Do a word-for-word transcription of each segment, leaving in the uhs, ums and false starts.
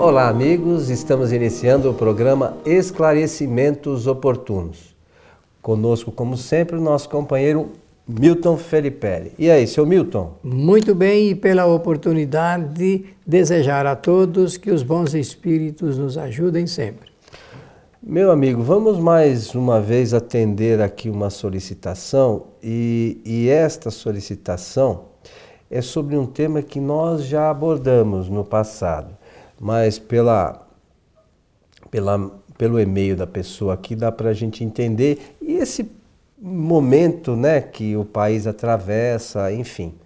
Olá, amigos, estamos iniciando o programa Esclarecimentos Oportunos. Conosco, como sempre, o nosso companheiro Milton Felipe. E aí, seu Milton? Muito bem, e pela oportunidade de desejar a todos que os bons espíritos nos ajudem sempre. Meu amigo, vamos mais uma vez atender aqui uma solicitação e, e esta solicitação é sobre um tema que nós já abordamos no passado, mas pela, pela, pelo e-mail da pessoa aqui dá para a gente entender e esse momento, né, que o país atravessa, enfim.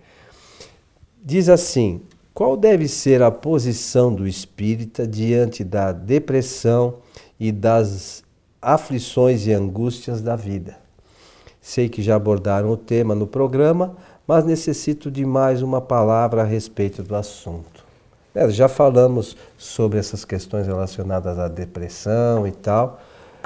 Diz assim: qual deve ser a posição do espírita diante da depressão e das aflições e angústias da vida? Sei que já abordaram o tema no programa, mas necessito de mais uma palavra a respeito do assunto. É, já falamos sobre essas questões relacionadas à depressão e tal,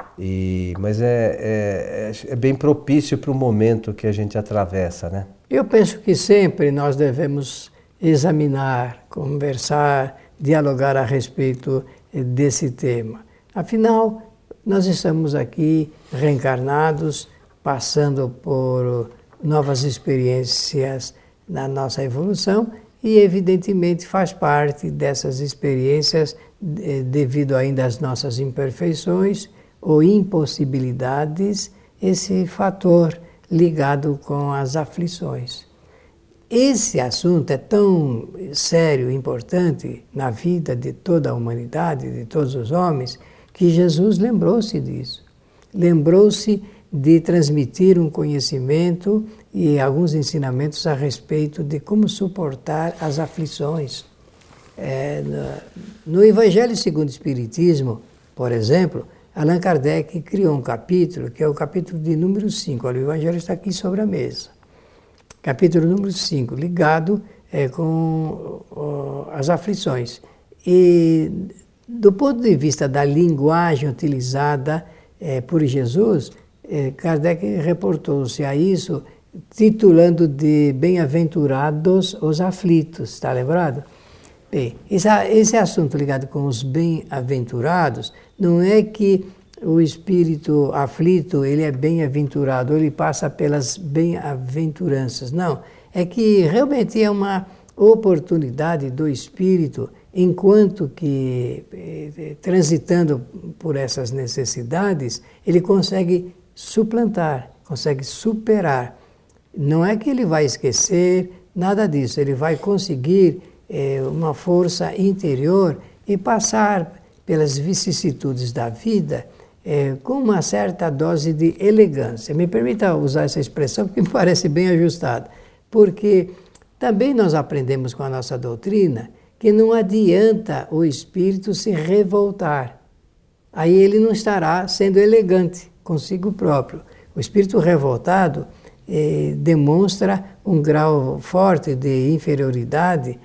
e, mas é, é, é bem propício para o momento que a gente atravessa, né? Eu penso que sempre nós devemos examinar, conversar, dialogar a respeito desse tema. Afinal, nós estamos aqui reencarnados, passando por novas experiências na nossa evolução e, evidentemente, faz parte dessas experiências, devido ainda às nossas imperfeições ou impossibilidades, esse fator ligado com as aflições. Esse assunto é tão sério e importante na vida de toda a humanidade, de todos os homens, que Jesus lembrou-se disso. Lembrou-se de transmitir um conhecimento e alguns ensinamentos a respeito de como suportar as aflições. É, no, no Evangelho segundo o Espiritismo, por exemplo, Allan Kardec criou um capítulo, que é o capítulo de número cinco. Olha, o Evangelho está aqui sobre a mesa. Capítulo número cinco, ligado é, com ó, as aflições. E do ponto de vista da linguagem utilizada é, por Jesus, é, Kardec reportou-se a isso titulando de Bem-aventurados os aflitos, está lembrado? Bem, esse, esse assunto ligado com os bem-aventurados não é que o espírito aflito ele é bem-aventurado, ele passa pelas bem-aventuranças, não. É que realmente é uma oportunidade do espírito, enquanto que eh, transitando por essas necessidades, ele consegue suplantar, consegue superar. Não é que ele vai esquecer nada disso, ele vai conseguir eh, uma força interior e passar pelas vicissitudes da vida eh, com uma certa dose de elegância. Me permita usar essa expressão porque me parece bem ajustada, porque também nós aprendemos com a nossa doutrina que não adianta o espírito se revoltar. Aí ele não estará sendo elegante consigo próprio. O espírito revoltado eh, demonstra um grau forte de inferioridade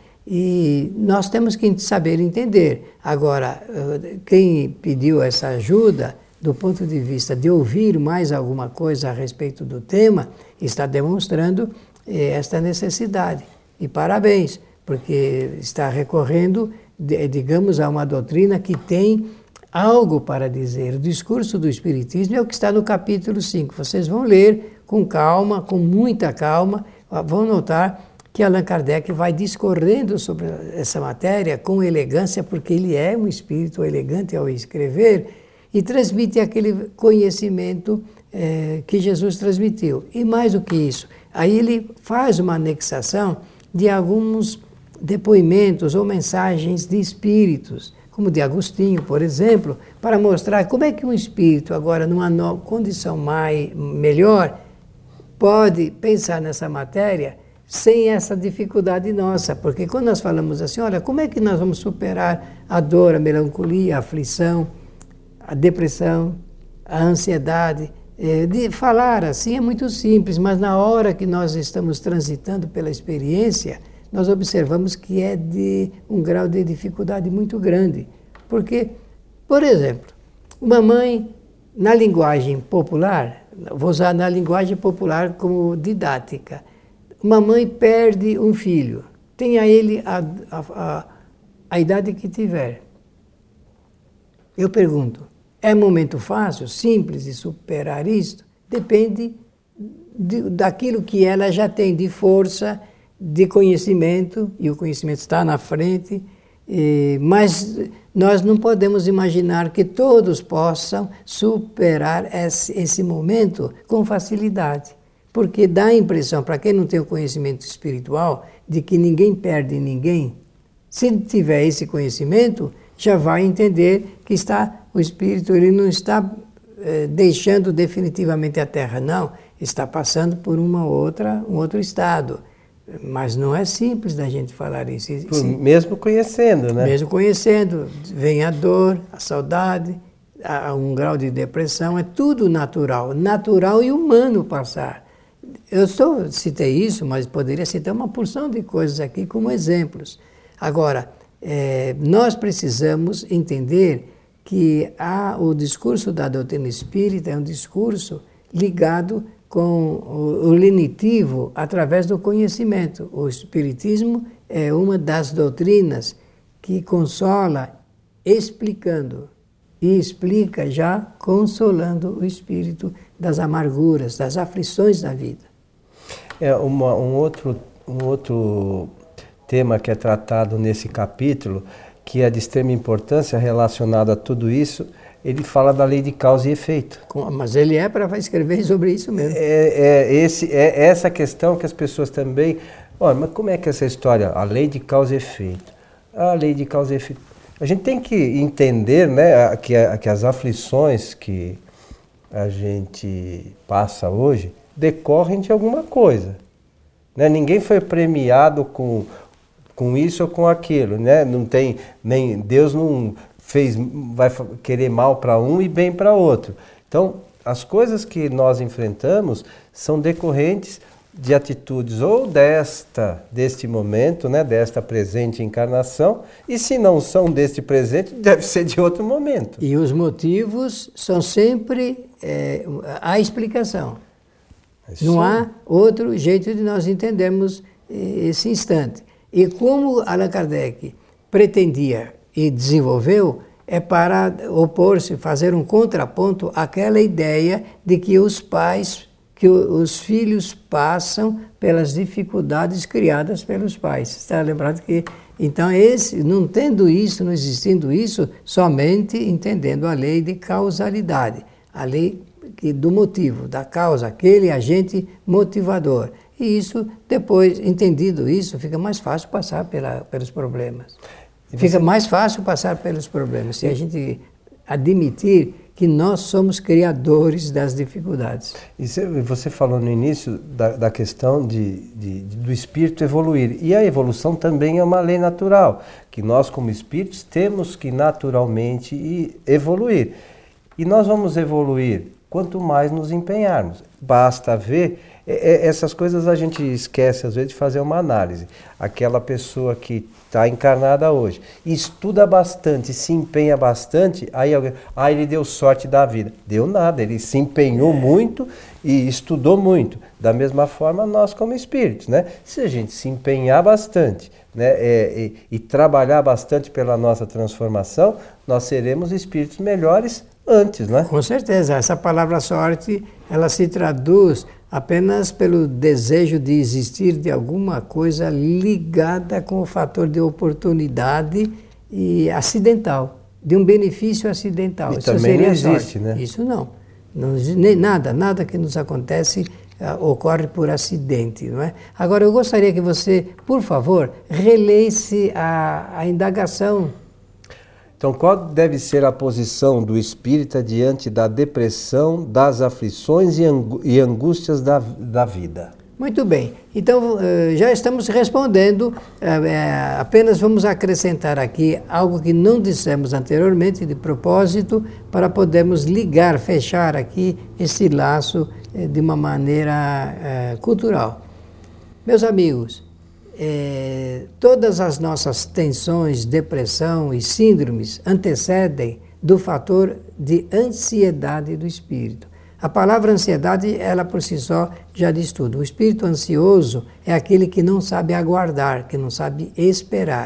e nós temos que saber entender. Agora, quem pediu essa ajuda, do ponto de vista de ouvir mais alguma coisa a respeito do tema, está demonstrando eh, esta necessidade. E parabéns, porque está recorrendo, digamos, a uma doutrina que tem algo para dizer. O discurso do Espiritismo é o que está no capítulo cinco. Vocês vão ler com calma, com muita calma, vão notar que Allan Kardec vai discorrendo sobre essa matéria com elegância, porque ele é um espírito elegante ao escrever e transmite aquele conhecimento eh, que Jesus transmitiu. E mais do que isso, aí ele faz uma anexação de alguns depoimentos ou mensagens de espíritos, como de Agostinho, por exemplo, para mostrar como é que um espírito, agora numa condição mais, melhor, pode pensar nessa matéria sem essa dificuldade nossa. Porque quando nós falamos assim, olha, como é que nós vamos superar a dor, a melancolia, a aflição, a depressão, a ansiedade? De falar assim é muito simples, mas na hora que nós estamos transitando pela experiência, nós observamos que é de um grau de dificuldade muito grande. Porque, por exemplo, uma mãe, na linguagem popular, vou usar na linguagem popular como didática, uma mãe perde um filho, tenha ele a, a, a, a idade que tiver, Eu pergunto, é momento fácil, simples de superar isto? Depende de, daquilo que ela já tem de força, de conhecimento, e o conhecimento está na frente, e, mas nós não podemos imaginar que todos possam superar esse, esse momento com facilidade, porque dá a impressão, para quem não tem o conhecimento espiritual, de que ninguém perde ninguém. Se tiver esse conhecimento, já vai entender que está, o espírito ele não está eh, deixando definitivamente a Terra, não, está passando por uma outra, um outro estado. Mas não é simples da gente falar isso. Mesmo conhecendo, né? Mesmo conhecendo, vem a dor, a saudade, a, a um grau de depressão, é tudo natural, natural e humano passar. Eu só citei isso, mas poderia citar uma porção de coisas aqui como exemplos. Agora, é, nós precisamos entender que a, o discurso da doutrina espírita é um discurso ligado com o, o lenitivo através do conhecimento. O espiritismo é uma das doutrinas que consola explicando e explica já consolando o espírito das amarguras, das aflições da vida. É uma, um, outro, um outro tema que é tratado nesse capítulo, que é de extrema importância relacionado a tudo isso. Ele fala da lei de causa e efeito. Mas ele é para escrever sobre isso mesmo. É, é, esse, é essa questão que as pessoas também... Olha, mas como é que é essa história? A lei de causa e efeito. A lei de causa e efeito. A gente tem que entender, né, que, que as aflições que a gente passa hoje decorrem de alguma coisa. Né? Ninguém foi premiado com, com isso ou com aquilo. Né? Não tem, nem, Deus não... Fez, vai querer mal para um e bem para outro. Então, as coisas que nós enfrentamos são decorrentes de atitudes ou desta, deste momento, né, desta presente encarnação, e se não são deste presente, deve ser de outro momento. E os motivos são sempre é, a explicação. Isso. Não há outro jeito de nós entendermos esse instante. E como Allan Kardec pretendia e desenvolveu, é para opor-se, fazer um contraponto àquela ideia de que os pais, que os filhos passam pelas dificuldades criadas pelos pais. Está lembrado que, então, esse, não tendo isso, não existindo isso, somente entendendo a lei de causalidade, a lei do motivo, da causa, aquele agente motivador. E isso, depois, entendido isso, fica mais fácil passar pela, pelos problemas. Fica mais fácil passar pelos problemas, se a gente admitir que nós somos criadores das dificuldades. E você falou no início da, da questão de, de, do espírito evoluir. E a evolução também é uma lei natural, que nós como espíritos temos que naturalmente evoluir. E nós vamos evoluir quanto mais nos empenharmos. Basta ver, é, essas coisas a gente esquece às vezes de fazer uma análise. Aquela pessoa que está encarnada hoje, estuda bastante, se empenha bastante, aí alguém, ah, ele deu sorte da vida. Deu nada, ele se empenhou muito e estudou muito. Da mesma forma nós como espíritos, né? Se a gente se empenhar bastante, né, é, e, e trabalhar bastante pela nossa transformação, nós seremos espíritos melhores antes, né? Com certeza, essa palavra sorte, ela se traduz apenas pelo desejo de existir de alguma coisa ligada com o fator de oportunidade e acidental, de um benefício acidental. E isso também seria não existe, sorte. né? Isso não. não nem, nada, nada que nos acontece uh, ocorre por acidente, não é? Agora, eu gostaria que você, por favor, relesse a, a indagação. Então, qual deve ser a posição do espírita diante da depressão, das aflições e angústias da, da vida? Muito bem. Então, já estamos respondendo, apenas vamos acrescentar aqui algo que não dissemos anteriormente, de propósito, para podermos ligar, fechar aqui esse laço de uma maneira cultural. Meus amigos, É, todas as nossas tensões, depressão e síndromes antecedem do fator de ansiedade do espírito. A palavra ansiedade, ela por si só já diz tudo. O espírito ansioso é aquele que não sabe aguardar, que não sabe esperar.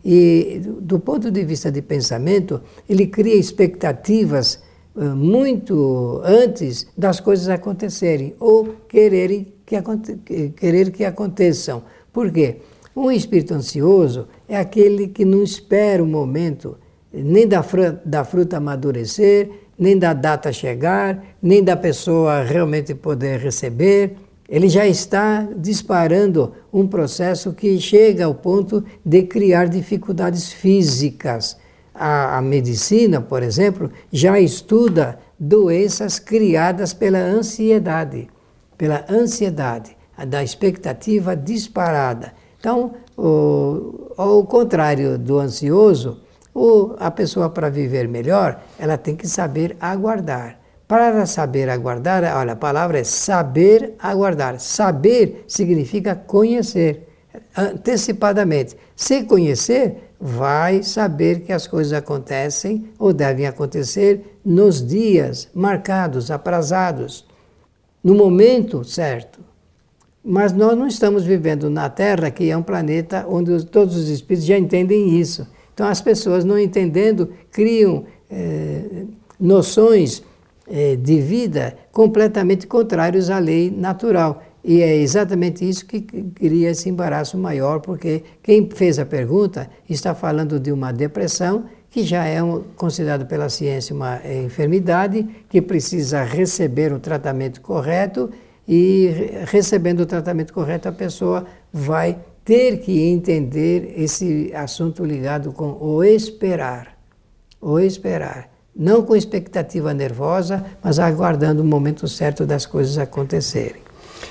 E do ponto de vista de pensamento, ele cria expectativas uh, muito antes das coisas acontecerem ou quererem que, aconte querer que aconteçam. Por quê? Um espírito ansioso é aquele que não espera o momento nem da fruta, da fruta amadurecer, nem da data chegar, nem da pessoa realmente poder receber. Ele já está disparando um processo que chega ao ponto de criar dificuldades físicas. A, a medicina, por exemplo, já estuda doenças criadas pela ansiedade, pela ansiedade, da expectativa disparada. Então, o, ao contrário do ansioso, o, a pessoa, para viver melhor, ela tem que saber aguardar. Para saber aguardar, olha, a palavra é saber aguardar. Saber significa conhecer, antecipadamente. Se conhecer, vai saber que as coisas acontecem ou devem acontecer nos dias marcados, aprazados, no momento certo. Mas nós não estamos vivendo na Terra, que é um planeta onde todos os espíritos já entendem isso. Então as pessoas, não entendendo, criam eh, noções eh, de vida completamente contrários à lei natural. E é exatamente isso que cria esse embaraço maior, porque quem fez a pergunta está falando de uma depressão, que já é um, considerado pela ciência uma enfermidade, que precisa receber o tratamento correto, e recebendo o tratamento correto a pessoa vai ter que entender esse assunto ligado com o esperar. O esperar. Não com expectativa nervosa, mas aguardando o momento certo das coisas acontecerem.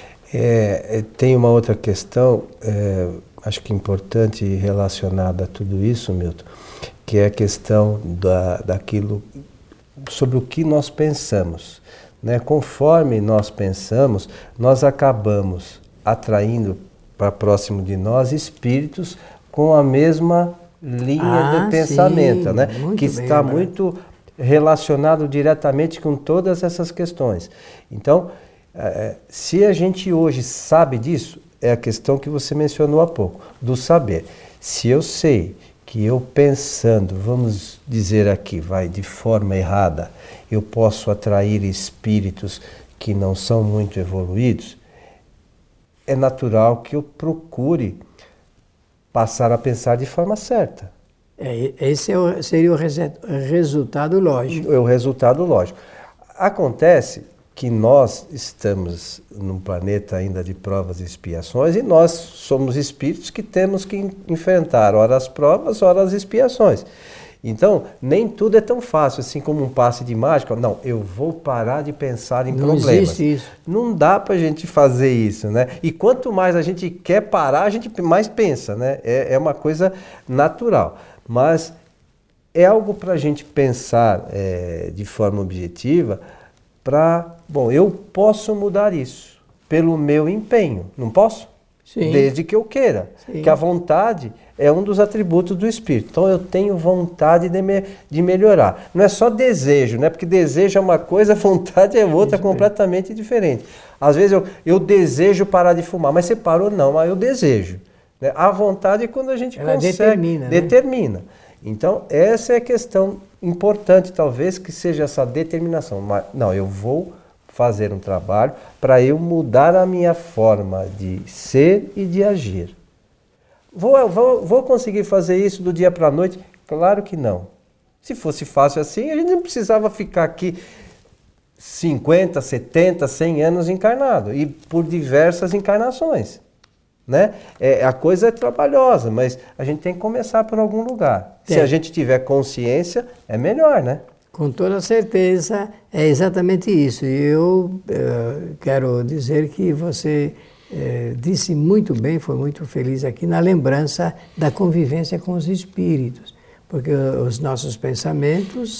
É, tem uma outra questão, é, acho que importante relacionada a tudo isso, Milton, que é a questão da, daquilo sobre o que nós pensamos. Né? Conforme nós pensamos, nós acabamos atraindo para próximo de nós espíritos com a mesma linha ah, de pensamento, sim, né? Que bem, está né? muito relacionado diretamente com todas essas questões. Então, é, se a gente hoje sabe disso, é a questão que você mencionou há pouco, do saber. Se eu sei que eu pensando, vamos dizer aqui, vai de forma errada, eu posso atrair espíritos que não são muito evoluídos, é natural que eu procure passar a pensar de forma certa. É, esse é o, seria o resultado lógico. É o resultado lógico. Acontece que nós estamos num planeta ainda de provas e expiações e nós somos espíritos que temos que enfrentar ora as provas, ora as expiações. Então, nem tudo é tão fácil, assim como um passe de mágica. Não, eu vou parar de pensar em não problemas. Existe isso. Não dá para a gente fazer isso, né? E quanto mais a gente quer parar, a gente mais pensa, né? É, é uma coisa natural. Mas é algo para a gente pensar é, de forma objetiva para, bom, eu posso mudar isso pelo meu empenho, não posso? Sim. Desde que eu queira. Sim. Que a vontade é um dos atributos do espírito. Então eu tenho vontade de, me, de melhorar. Não é só desejo, né? Porque desejo é uma coisa, vontade é outra, isso, completamente é. diferente. Às vezes eu, eu desejo parar de fumar, mas você parou? Não, mas eu desejo. Né? A vontade é quando a gente Ela consegue. Determina. Determina. Né? Então essa é a questão importante, talvez, que seja essa determinação. Mas, não, eu vou fazer um trabalho para eu mudar a minha forma de ser e de agir. Vou, vou, vou conseguir fazer isso do dia para a noite? Claro que não. Se fosse fácil assim, a gente não precisava ficar aqui cinquenta, setenta, cem anos encarnado e por diversas encarnações. Né? É, a coisa é trabalhosa, mas a gente tem que começar por algum lugar. É. Se a gente tiver consciência, é melhor, né? Com toda certeza, é exatamente isso. E eu uh, quero dizer que você uh, disse muito bem, foi muito feliz aqui na lembrança da convivência com os espíritos, porque os nossos pensamentos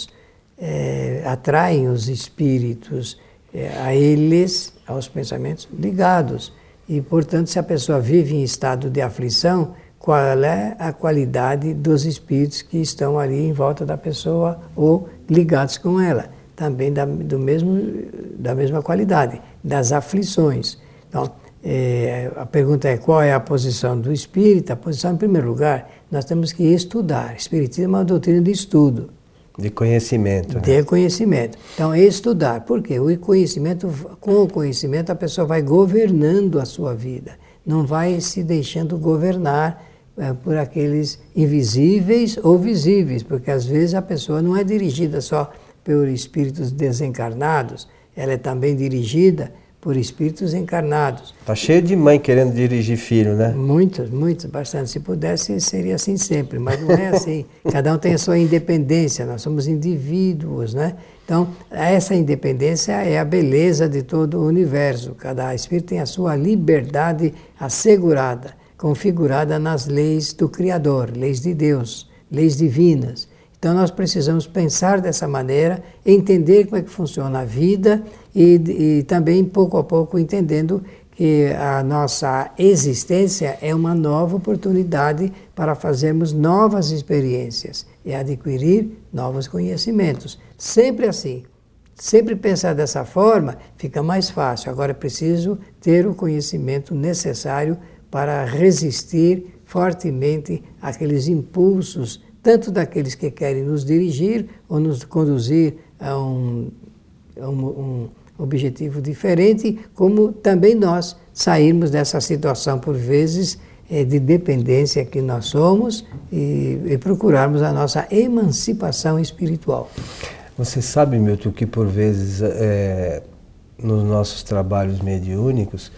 uh, atraem os espíritos uh, a eles, aos pensamentos ligados. E, portanto, se a pessoa vive em estado de aflição, qual é a qualidade dos espíritos que estão ali em volta da pessoa ou ligados com ela? Também da, do mesmo, da mesma qualidade, das aflições. Então, É, a pergunta é qual é a posição do espírita? A posição, em primeiro lugar, nós temos que estudar. Espiritismo é uma doutrina de estudo. De conhecimento. De né? conhecimento. Então, estudar. Por quê? O conhecimento, com o conhecimento, a pessoa vai governando a sua vida. Não vai se deixando governar é, por aqueles invisíveis ou visíveis, porque às vezes a pessoa não é dirigida só por espíritos desencarnados, ela é também dirigida por espíritos encarnados. Está cheio de mãe querendo dirigir filho, né? Muitos, muitos, bastante. Se pudesse, seria assim sempre, mas não é assim. Cada um tem a sua independência, nós somos indivíduos, né? Então, essa independência é a beleza de todo o universo. Cada espírito tem a sua liberdade assegurada, configurada nas leis do Criador, leis de Deus, leis divinas. Então nós precisamos pensar dessa maneira, entender como é que funciona a vida e, e também, pouco a pouco, entendendo que a nossa existência é uma nova oportunidade para fazermos novas experiências e adquirir novos conhecimentos. Sempre assim. Sempre pensar dessa forma fica mais fácil. Agora é preciso ter o conhecimento necessário para resistir fortemente àqueles impulsos, tanto daqueles que querem nos dirigir ou nos conduzir a um, a um, um objetivo diferente, como também nós sairmos dessa situação, por vezes, de dependência que nós somos e, e procurarmos a nossa emancipação espiritual. Você sabe, Milton, que por vezes, é, nos nossos trabalhos mediúnicos,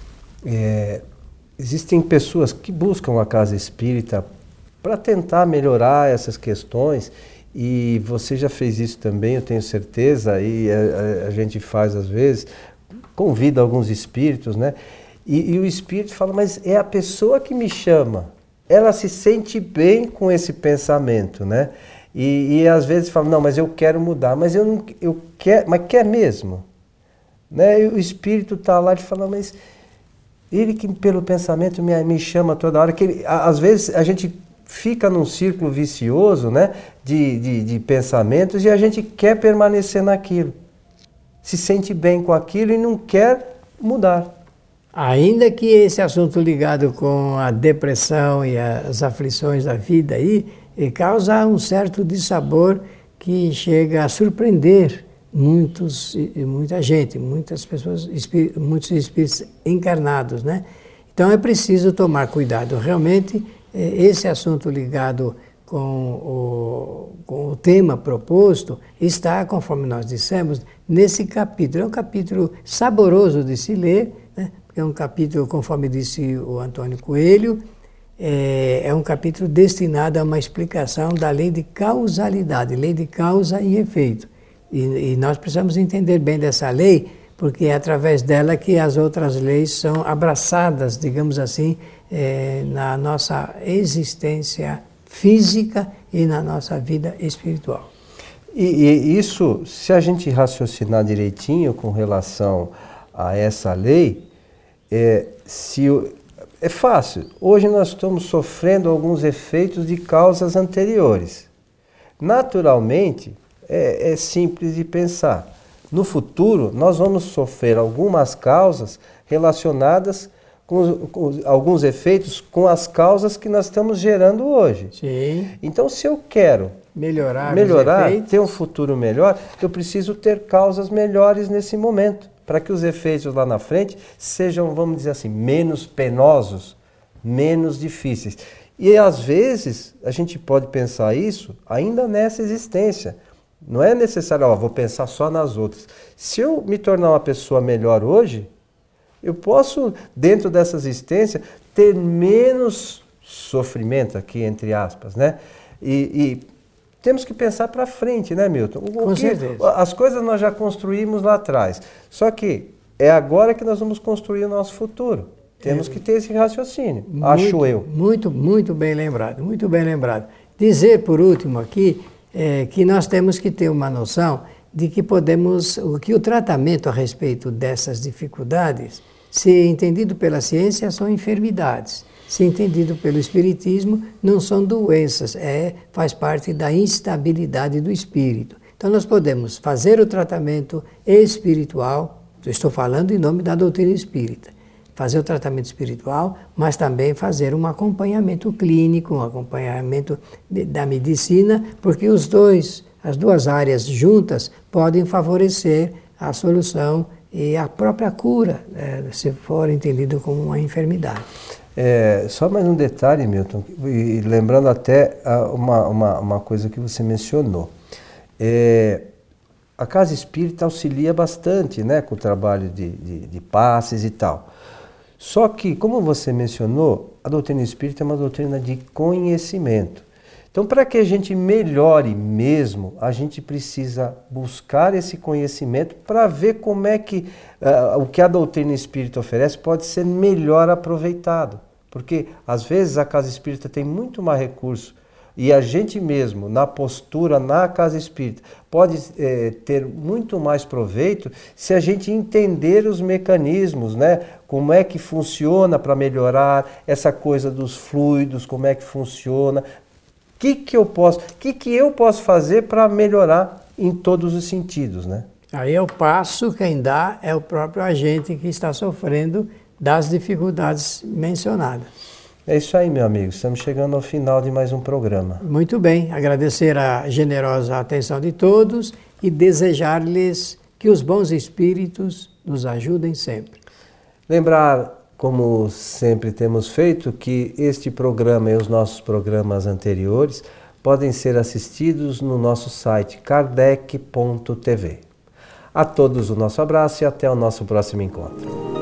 é, existem pessoas que buscam a casa espírita para tentar melhorar essas questões, e você já fez isso também, eu tenho certeza, e a, a, a gente faz às vezes, convida alguns espíritos, né? E, e o espírito fala, mas é a pessoa que me chama, ela se sente bem com esse pensamento, né? E, e às vezes fala, não, mas eu quero mudar, mas eu não, eu quero, mas quer mesmo? Né? E o espírito está lá e fala, mas ele que pelo pensamento me, me chama toda hora, que ele, às vezes a gente fica num círculo vicioso, né, de, de, de pensamentos, e a gente quer permanecer naquilo. Se sente bem com aquilo e não quer mudar. Ainda que esse assunto ligado com a depressão e as aflições da vida aí, causa um certo dissabor que chega a surpreender muitos, muita gente, muitas pessoas, muitos espíritos encarnados, né? Então é preciso tomar cuidado. Realmente, esse assunto ligado com o, com o tema proposto está, conforme nós dissemos, nesse capítulo. É um capítulo saboroso de se ler, né? É um capítulo, conforme disse o Antônio Coelho, é, é um capítulo destinado a uma explicação da lei de causalidade, lei de causa e efeito. E, e nós precisamos entender bem dessa lei, porque é através dela que as outras leis são abraçadas, digamos assim, é, na nossa existência física e na nossa vida espiritual. E, e isso, se a gente raciocinar direitinho com relação a essa lei, é, se, é fácil. Hoje nós estamos sofrendo alguns efeitos de causas anteriores. Naturalmente, é, é simples de pensar. No futuro, nós vamos sofrer algumas causas relacionadas com, com alguns efeitos com as causas que nós estamos gerando hoje. Sim. Então, se eu quero melhorar, melhorar ter um futuro melhor, eu preciso ter causas melhores nesse momento, para que os efeitos lá na frente sejam, vamos dizer assim, menos penosos, menos difíceis. E às vezes a gente pode pensar isso ainda nessa existência. Não é necessário, ó, vou pensar só nas outras. Se eu me tornar uma pessoa melhor hoje, eu posso, dentro dessa existência, ter menos sofrimento, aqui entre aspas, né? E, e temos que pensar para frente, né, Milton? O, Com que, certeza. As coisas nós já construímos lá atrás. Só que é agora que nós vamos construir o nosso futuro. Temos é, que ter esse raciocínio, muito, acho eu. Muito, muito bem lembrado, muito bem lembrado. Dizer, por último, aqui, é, que nós temos que ter uma noção de que podemos, que o tratamento a respeito dessas dificuldades, se entendido pela ciência, são enfermidades. Se entendido pelo espiritismo, não são doenças, é, faz parte da instabilidade do espírito. Então nós podemos fazer o tratamento espiritual, eu estou falando em nome da doutrina espírita, fazer o tratamento espiritual, mas também fazer um acompanhamento clínico, um acompanhamento de, da medicina, porque os dois, as duas áreas juntas podem favorecer a solução e a própria cura, é, se for entendido como uma enfermidade. É, só mais um detalhe, Milton, e lembrando até uma, uma, uma coisa que você mencionou. É, a Casa Espírita auxilia bastante, né, com o trabalho de, de, de passes e tal. Só que, como você mencionou, a doutrina espírita é uma doutrina de conhecimento. Então, para que a gente melhore mesmo, a gente precisa buscar esse conhecimento para ver como é que uh, o que a doutrina espírita oferece pode ser melhor aproveitado. Porque, às vezes, a Casa Espírita tem muito mais recurso e a gente mesmo, na postura, na Casa Espírita, pode eh, ter muito mais proveito se a gente entender os mecanismos, né? Como é que funciona para melhorar essa coisa dos fluidos, como é que funciona. O que, que eu posso, que, que eu posso fazer para melhorar em todos os sentidos, né? Aí eu passo, quem dá é o próprio agente que está sofrendo das dificuldades mencionadas. É isso aí, meu amigo. Estamos chegando ao final de mais um programa. Muito bem. Agradecer a generosa atenção de todos e desejar-lhes que os bons espíritos nos ajudem sempre. Lembrar, como sempre temos feito, que este programa e os nossos programas anteriores podem ser assistidos no nosso site kardec ponto t v. A todos o nosso abraço e até o nosso próximo encontro.